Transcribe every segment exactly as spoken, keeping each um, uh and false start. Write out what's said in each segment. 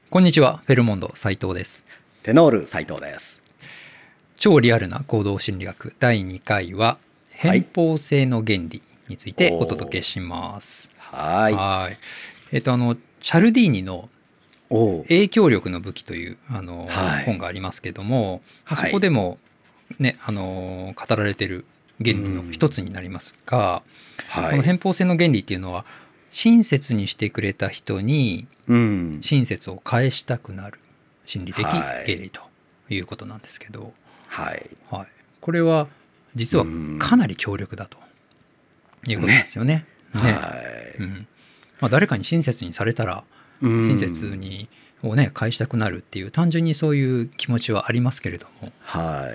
こんにちは、フェルモンド斉藤です。 テノール斉藤です。 超リアルな行動心理学だいにかいは偏方性の原理についてお届けします。 はい。 はい。えっとあのチャルディーニのお影響力の武器というあの、 はい、 本がありますけども、 はい、 そこでもねあの語られている原理の一つになりますが、 はい、 この偏方性の原理っていうのは親切にしてくれた人に親切を返したくなる心理的原理ということなんですけど、 はいはい、これは実はかなり強力だということなんですよね。ねねはいうんまあ、誰かに親切にされたら親切にを、ね、返したくなるっていう単純にそういう気持ちはありますけれども、 はい、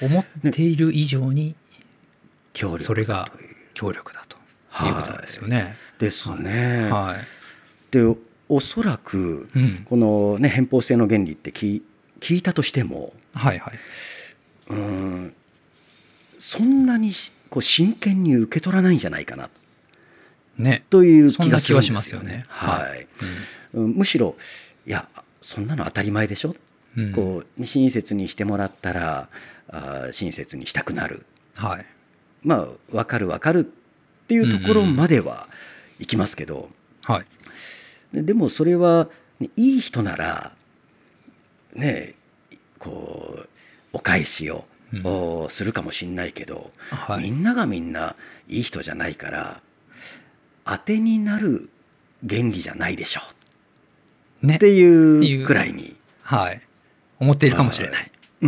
思っている以上に強力それが強力だということなんですよね。はい、 ですね。 はい、 でおそらく、うん、この、ね、偏方性の原理って聞聞いたとしても、 はいはい、 うーんそんなにこう真剣に受け取らないんじゃないかな、ね、という気がするんですよね。はいうん、むしろいやそんなの当たり前でしょ、うん、こう親切にしてもらったらあ親切にしたくなる、はい、まあ分かる分かるっていうところまではいきますけど、うんはい、で, でもそれはいい人ならねこうお返しを、うん、するかもしれないけど、はい、みんながみんないい人じゃないから当てになる原理じゃないでしょう、ね、っていうくらいに、 はい、思っているかもしれない、はいうん、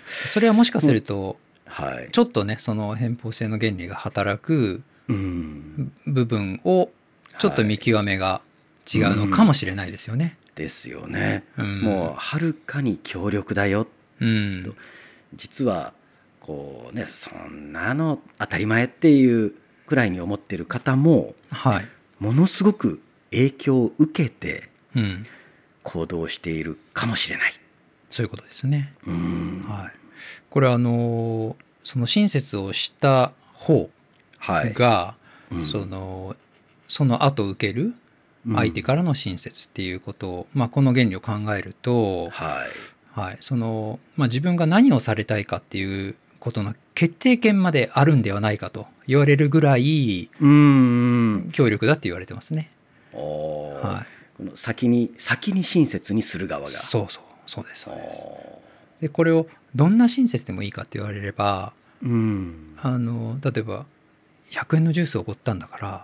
それはもしかすると、はい、ちょっとねその偏方性の原理が働く部分をちょっと見極めが違うのかもしれないですよね、はいうん、ですよね、うん、もうはるかに強力だよ、うん、と実はこうねそんなの当たり前っていうくらいに思っている方も、はい、ものすごく影響を受けて行動しているかもしれない、うん、 そういうことですね、うんはい、これはあのその親切をした方が、はいうん、そのその後受ける相手からの親切っていうことを、うんまあ、この原理を考えると、はいはいそのまあ、自分が何をされたいかっていうことの決定権まであるんではないかと言われるぐらい強力だって言われてますね。 お、はい、この先に先に親切にする側がそうそうそうですそうですでこれをどんな親切でもいいかって言われればうんあの例えばひゃくえんのジュースをおごったんだから、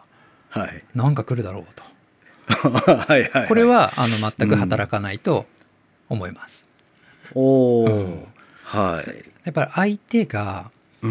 はい、なんか来るだろうとはいはい、はい、これはあの全く働かないと思います、 うん、お、うんはい、 やっぱり相手が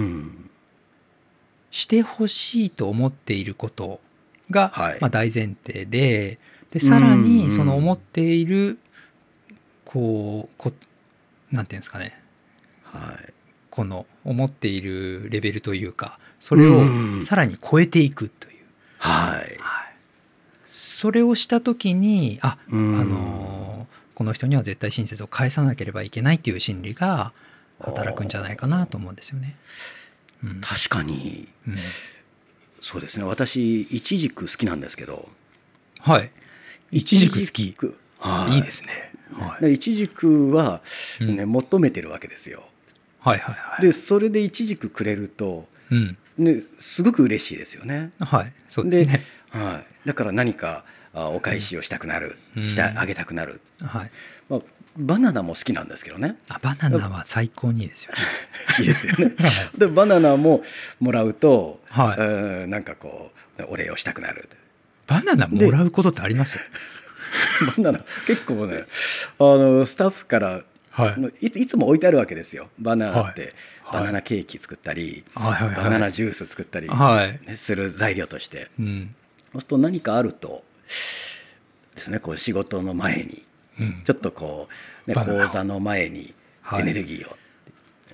してほしいと思っていることが、はいまあ、大前提で、でさらにその思っているこうこなんていうんですかね、はい、この思っているレベルというかそれをさらに超えていくという、 はいはい、 それをした時にあ、あのこの人には絶対親切を返さなければいけないっていう心理が働くんじゃないかなと思うんですよね。 うん、確かに、うん、そうですね。私イチジク好きなんですけど、 はいイチジク好き、はい、いいですね、 はい、イチジクは、ねうん、求めてるわけですよ。 はいはいはい、 でそれでイチジクくれると、うんね、すごく嬉しいですよね。 はいそうですね。 で、はい、だから何かお返しをしたくなる、うん、してあげたくなる、はいまあ、バナナも好きなんですけどね。 あバナナは最高にいいですよねいいですよねでバナナももらうと、はい、うんなんかこうお礼をしたくなる。 バナナもらうことってありますよバナナ結構ねあのスタッフから、はい、い, いつも置いてあるわけですよ。バナナって、はい、バナナケーキ作ったり、はい、バナナジュース作ったり、はいね、する材料として、うん、そうすると何かあるとですねこう仕事の前に、うん、ちょっとこう、ね、講座の前にエネルギーを、はい、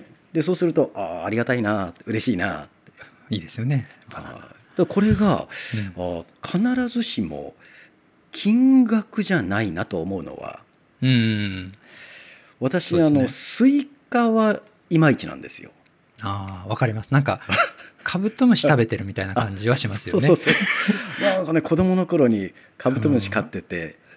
でそうすると あ, ありがたいな嬉しいなっていいですよね。バナナこれが、うん、あ必ずしも金額じゃないなと思うのは、うん、私、ね、あのスイカはいまいちなんですよ。 あわかります。なんかカブトムシ食べてるみたいな感じはしますよね。 そうそうそうなんかね子供の頃にカブトムシ飼ってて、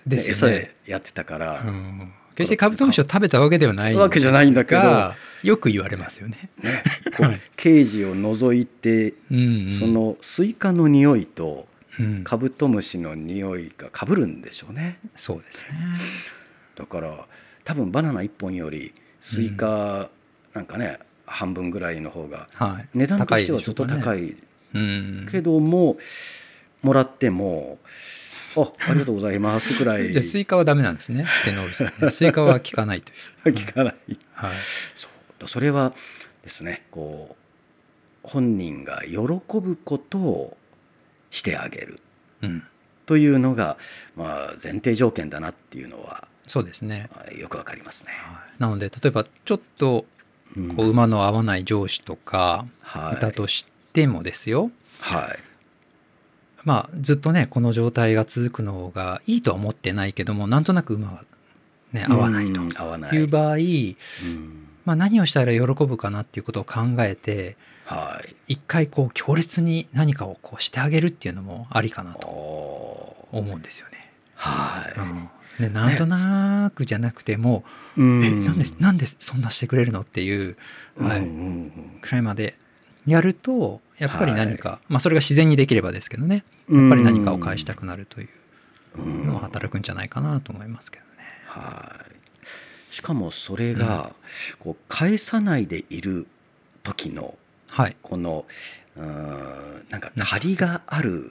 です餌よね。 でやってたから、うん、 決してカブトムシを食べたわけではないわけじゃないんだけど、 よく言われますよね。 ね、こうケージを覗いて、うんうん、そのスイカの匂いとカブトムシの匂いがかぶるんでしょうね。 そうですね。 だから多分バナナいっぽんよりスイカなんかね、うん、半分ぐらいの方が値段としてはちょっと高いけども、もらってもあありがとうございますくらい。 じゃあスイカはダメなんですね、テノールさん、ね、スイカは効かないという。 効かない、 はい、 そうそれはですね、こう本人が喜ぶことをしてあげる、うん、というのが、まあ、前提条件だなっていうのはそうですね、 よくわかりますね。 なので例えばちょっとこう馬の合わない上司とかだとしてもですよ、 はいはい、 まあ、ずっとねこの状態が続くのがいいとは思ってないけども、なんとなく馬が、ね、合わないという場合、まあ、何をしたら喜ぶかなっていうことを考えて、はい、一回こう強烈に何かをこうしてあげるっていうのもありかなと思うんですよね。 はいうんね、なんとなくじゃなくても、ね、えなんでなんでそんなしてくれるのっていう、はい、うんうんうん、くらいまでやるとやっぱり何か、はい、まあ、それが自然にできればですけどね、やっぱり何かを返したくなるというのが働くんじゃないかなと思いますけどね。 はい、しかもそれがこう返さないでいる時のこの、はい、うんなんか借りがある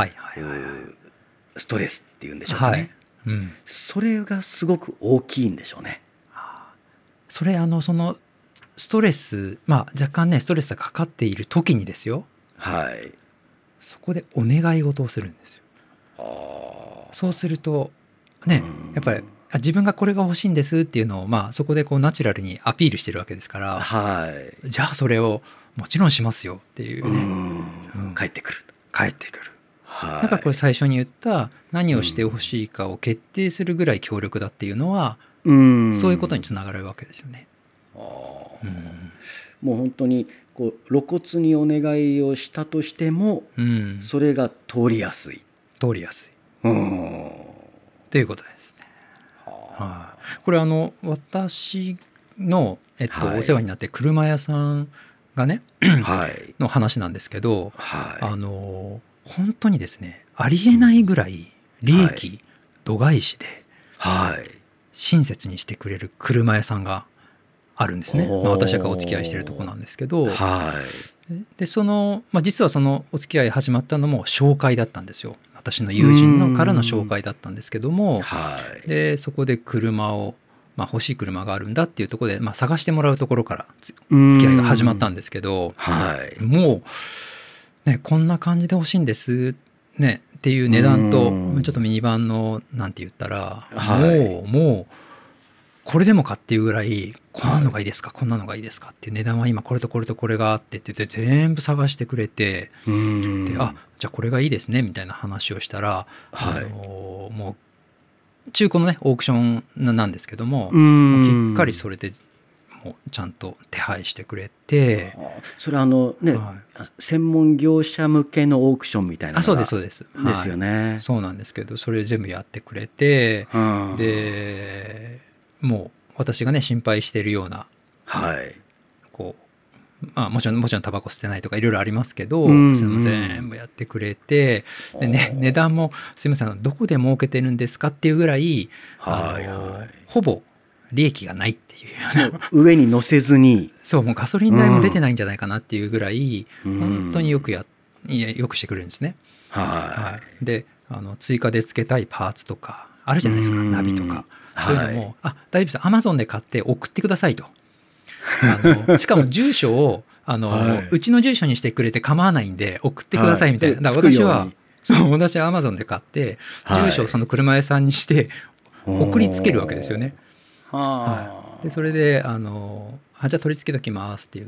ストレスっていうんでしょうかね、はい、うん、それがすごく大きいんでしょうね。 それあのそのストレス、まあ、若干ねストレスがかかっている時にですよ、 はい、 そこでお願い事をするんですよ。あそうするとね、やっぱり自分がこれが欲しいんですっていうのを、まあ、そこでこうナチュラルにアピールしてるわけですから、 はい、 じゃあそれをもちろんしますよっていうね、 うん、帰ってくる帰ってくる、はい、だからこれ最初に言った何をしてほしいかを決定するぐらい強力だっていうのは、うん、そういうことにつながるわけですよね。 あ、うん、もう本当にこう露骨にお願いをしたとしても、うん、それが通りやすい通りやすい、うん、 ということですね。はあ、これあの私の、えっとはい、お世話になって車屋さんがね、はい、の話なんですけど、はい、あの本当にですねありえないぐらい利益、はい、度外視で、はい、親切にしてくれる車屋さんがあるんですね。まあ、私がお付き合いしてるとこなんですけど、はい、でその、まあ、実はそのお付き合い始まったのも紹介だったんですよ。私の友人のからの紹介だったんですけども、はい、でそこで車を、まあ、欲しい車があるんだっていうところで、まあ、探してもらうところから付き合いが始まったんですけど、はい、もう、ね、こんな感じで欲しいんです、ね、っていう値段とちょっとミニバンのなんて言ったら、はい、もうもうこれでもかっていうぐらいこんなのがいいですか、はい、こんなのがいいですかっていう値段は今これとこれとこれがあってって言って全部探してくれて、であじゃあこれがいいですねみたいな話をしたら、はい、あのもう中古のねオークションなんですけどもきっかりそれでもうちゃんと手配してくれて、 それはあのね、はい、専門業者向けのオークションみたいなのがあそうですそうですですよね、 はい、そうなんですけどそれ全部やってくれて、でもう私がね心配しているような、はい、こうまあ、もちろんもちろんタバコ捨てないとかいろいろありますけど、うんうん、それも全部やってくれてで、ね、値段もすみませんどこで儲けてるんですかっていうぐらい、はいはい、ほぼ利益がないっていうような上に乗せずにそうもうガソリン代も出てないんじゃないかなっていうぐらい、うん、本当によくやいやよくしてくれるんですね。はいはい、であの追加で付けたいパーツとかあるじゃないですか、うん、ナビとかそういうのも、はい、あ大丈夫ですアマゾンで買って送ってくださいとあのしかも住所をあの、はい、うちの住所にしてくれて構わないんで送ってくださいみたいな、はい、だから私はそう私はアマゾンで買って住所をその車屋さんにして送りつけるわけですよね。はい、でそれであのあじゃあ取り付けときますって言って、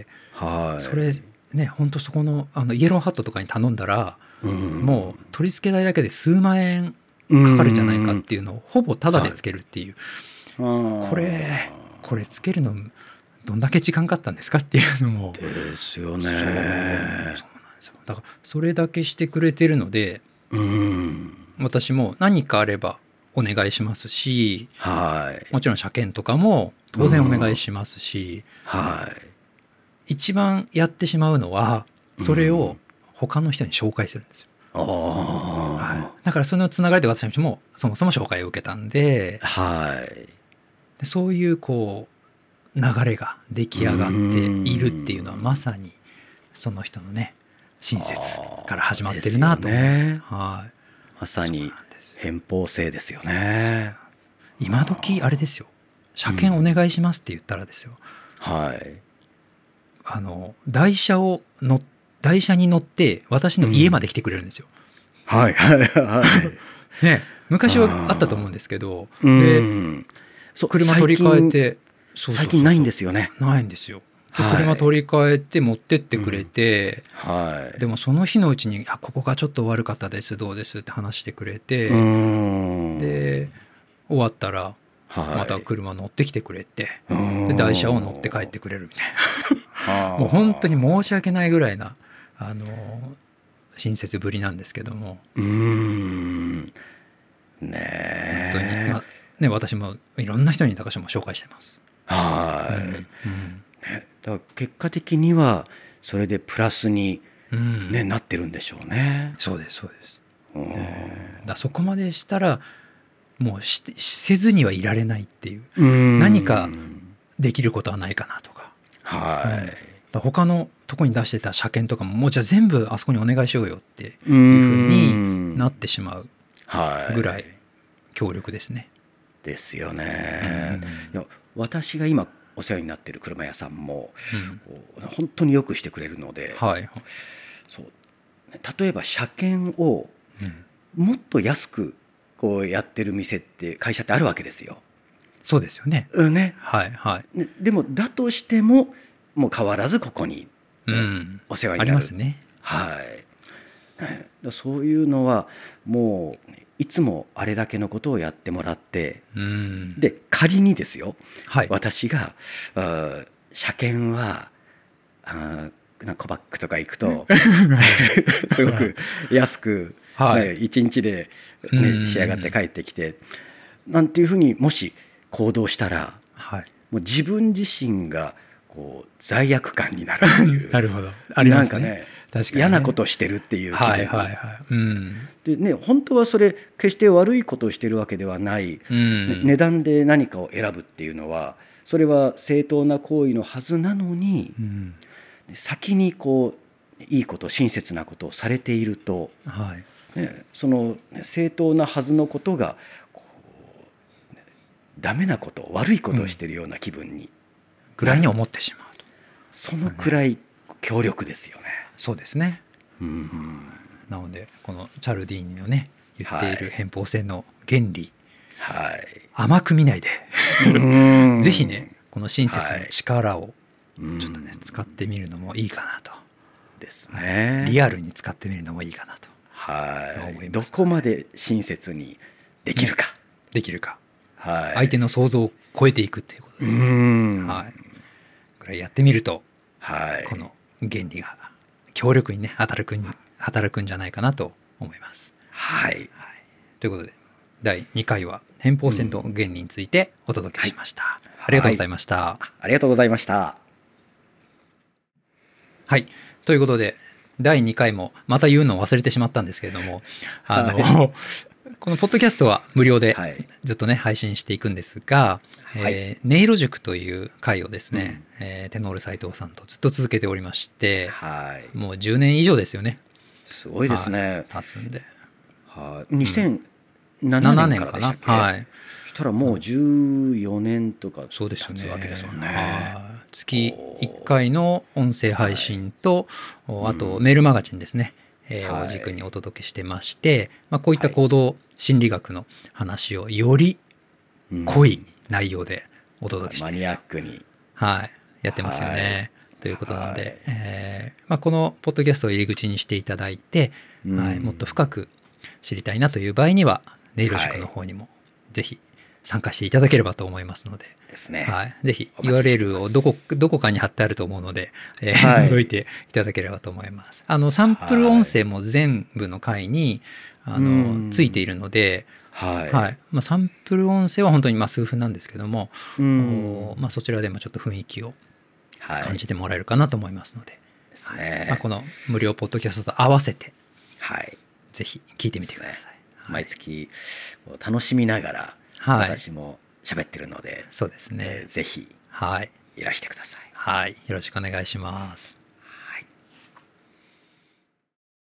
はい、それね本当そこの、あのイエローハットとかに頼んだら、うん、もう取り付け代だけで数万円かかるんじゃないかっていうのをほぼタダでつけるっていう、はい、これこれつけるのどんだけ時間かかったんですかっていうのもですよね。 そう、そうなんですよ。だからそれだけしてくれてるので、うん、私も何かあればお願いしますし、 はい、 もちろん車検とかも当然お願いしますし、 うん、はい、 一番やってしまうのはそれを他の人に紹介するんですよ。 うん、 はい、だからそのつながりで私もそもそも紹介を受けたんで、 はい、 でそういうこう流れが出来上がっているっていうのはまさにその人のね親切から始まってるなと、 ね、 はい、 まさに偏方性ですよね。 今時あれですよ、車検お願いしますって言ったらですよ、 うん、はい、 あの台車をの台車に乗って私の家まで来てくれるんですよ、 うん、はいはいはいね、昔はあったと思うんですけど、 で、 うん、車取り替えて最近ないんですよね。 ないんですよ。で車取り替えて持ってってくれて、 うん、はい、 でもその日のうちにあここがちょっと悪かったですどうですって話してくれて、で終わったらまた車乗ってきてくれて、はい、で台車を乗って帰ってくれるみたいなもう本当に申し訳ないぐらいなあの親切ぶりなんですけども、 うーんね本当に、まあね、私もいろんな人に高島も紹介してます。 はい、うんうんね、 だから結果的にはそれでプラスに、ね、 うん、 なってるんでしょうね。 そうですそうです、ね、だそこまでしたらもうしせずにはいられないっていう、うん何かできることはないかなとか、 はい、 うん、だ他のとこに出してた車検とかももうじゃあ全部あそこにお願いしようよっていうふうになってしまうぐらい強力ですね。 ですよね、うん、いや私が今お世話になっている車屋さんも、うん、本当によくしてくれるので、はい、そう例えば車検をもっと安くこうやってる店って会社ってあるわけですよ。 そうですよね。 うんね、 はいはい、 ねでもだとしてももう変わらずここに、ねうん、お世話になる。 ありますね。 はい、そういうのはもういつもあれだけのことをやってもらって、うん、で仮にですよ、はい、私が車検はあコバックとか行くとすごく安く、ねはい、いちにちで、ね、仕上がって帰ってきてなんていうふうにもし行動したら、はい、もう自分自身がこう罪悪感になるっていうなるほどありますね。 なんかね確かにね、嫌なことをしてるっていう気分に、はいはいはいうん、でね、本当はそれ決して悪いことをしてるわけではない、うんね、値段で何かを選ぶっていうのはそれは正当な行為のはずなのに、うん、先にこういいこと親切なことをされていると、はいね、その正当なはずのことがこう、ね、ダメなこと悪いことをしているような気分に、うん、 ぐらいに思ってしまうとそのくらい強力ですよね。 そうですね、うん、なのでこのチャルディーニのね言っている偏方性の原理、はい、甘く見ないでぜひねこの親切の力をちょっとね使ってみるのもいいかなとですね。 リアルに使ってみるのもいいかなと思います。どこまで親切にできるか、 ね、できるか、 はい、 相手の想像を超えていくっていうことですね。うんはい、これやってみると、はい、この原理が強力にね働く働くんじゃないかなと思います。 はい、はい、 ということでだいにかいは偏方性の原理についてお届けしました。うんはい、ありがとうございました。 はい、ありがとうございました。 はい、ということでだいにかいもまた言うのを忘れてしまったんですけれども、あの、はい、このポッドキャストは無料でずっとね配信していくんですが、はいえー、音色塾という会をですね、うんえー、テノール斉藤さんとずっと続けておりまして、はい、もうじゅうねん以上ですよね。 すごいですね。 はい、経つんで、 はい、にせんななねんからでしたっけ、 うん、はい、 そしたらもうじゅうよねんとか経つわけですもんね。 はい月いっかいの音声配信と、はい、あとメールマガジンですね、うんえーはい、を軸にお届けしてまして、まあ、こういった行動心理学の話をより濃い内容でお届けしていると、 マニアックに、 はい、やってますよね、はい、ということなので、はいえーまあ、このポッドキャストを入り口にしていただいて、うんはい、もっと深く知りたいなという場合には音色塾の方にもぜひ参加していただければと思いますので、 ですねはい、ぜひ ユーアールエル をどこ、どこかに貼ってあると思うので、えーはい、覗いていただければと思います。あのサンプル音声も全部の回にあのついているので、 はいはいまあ、サンプル音声は本当にまあ数分なんですけども、うんまあ、そちらでもちょっと雰囲気を感じてもらえるかなと思いますので、 ですねまあ、この無料ポッドキャストと合わせて、 はい、 ぜひ聞いてみてください。ねはい、毎月楽しみながら私も喋ってるので、 そうですね、 えー、ぜひいらしてください。 はい、はい、よろしくお願いします。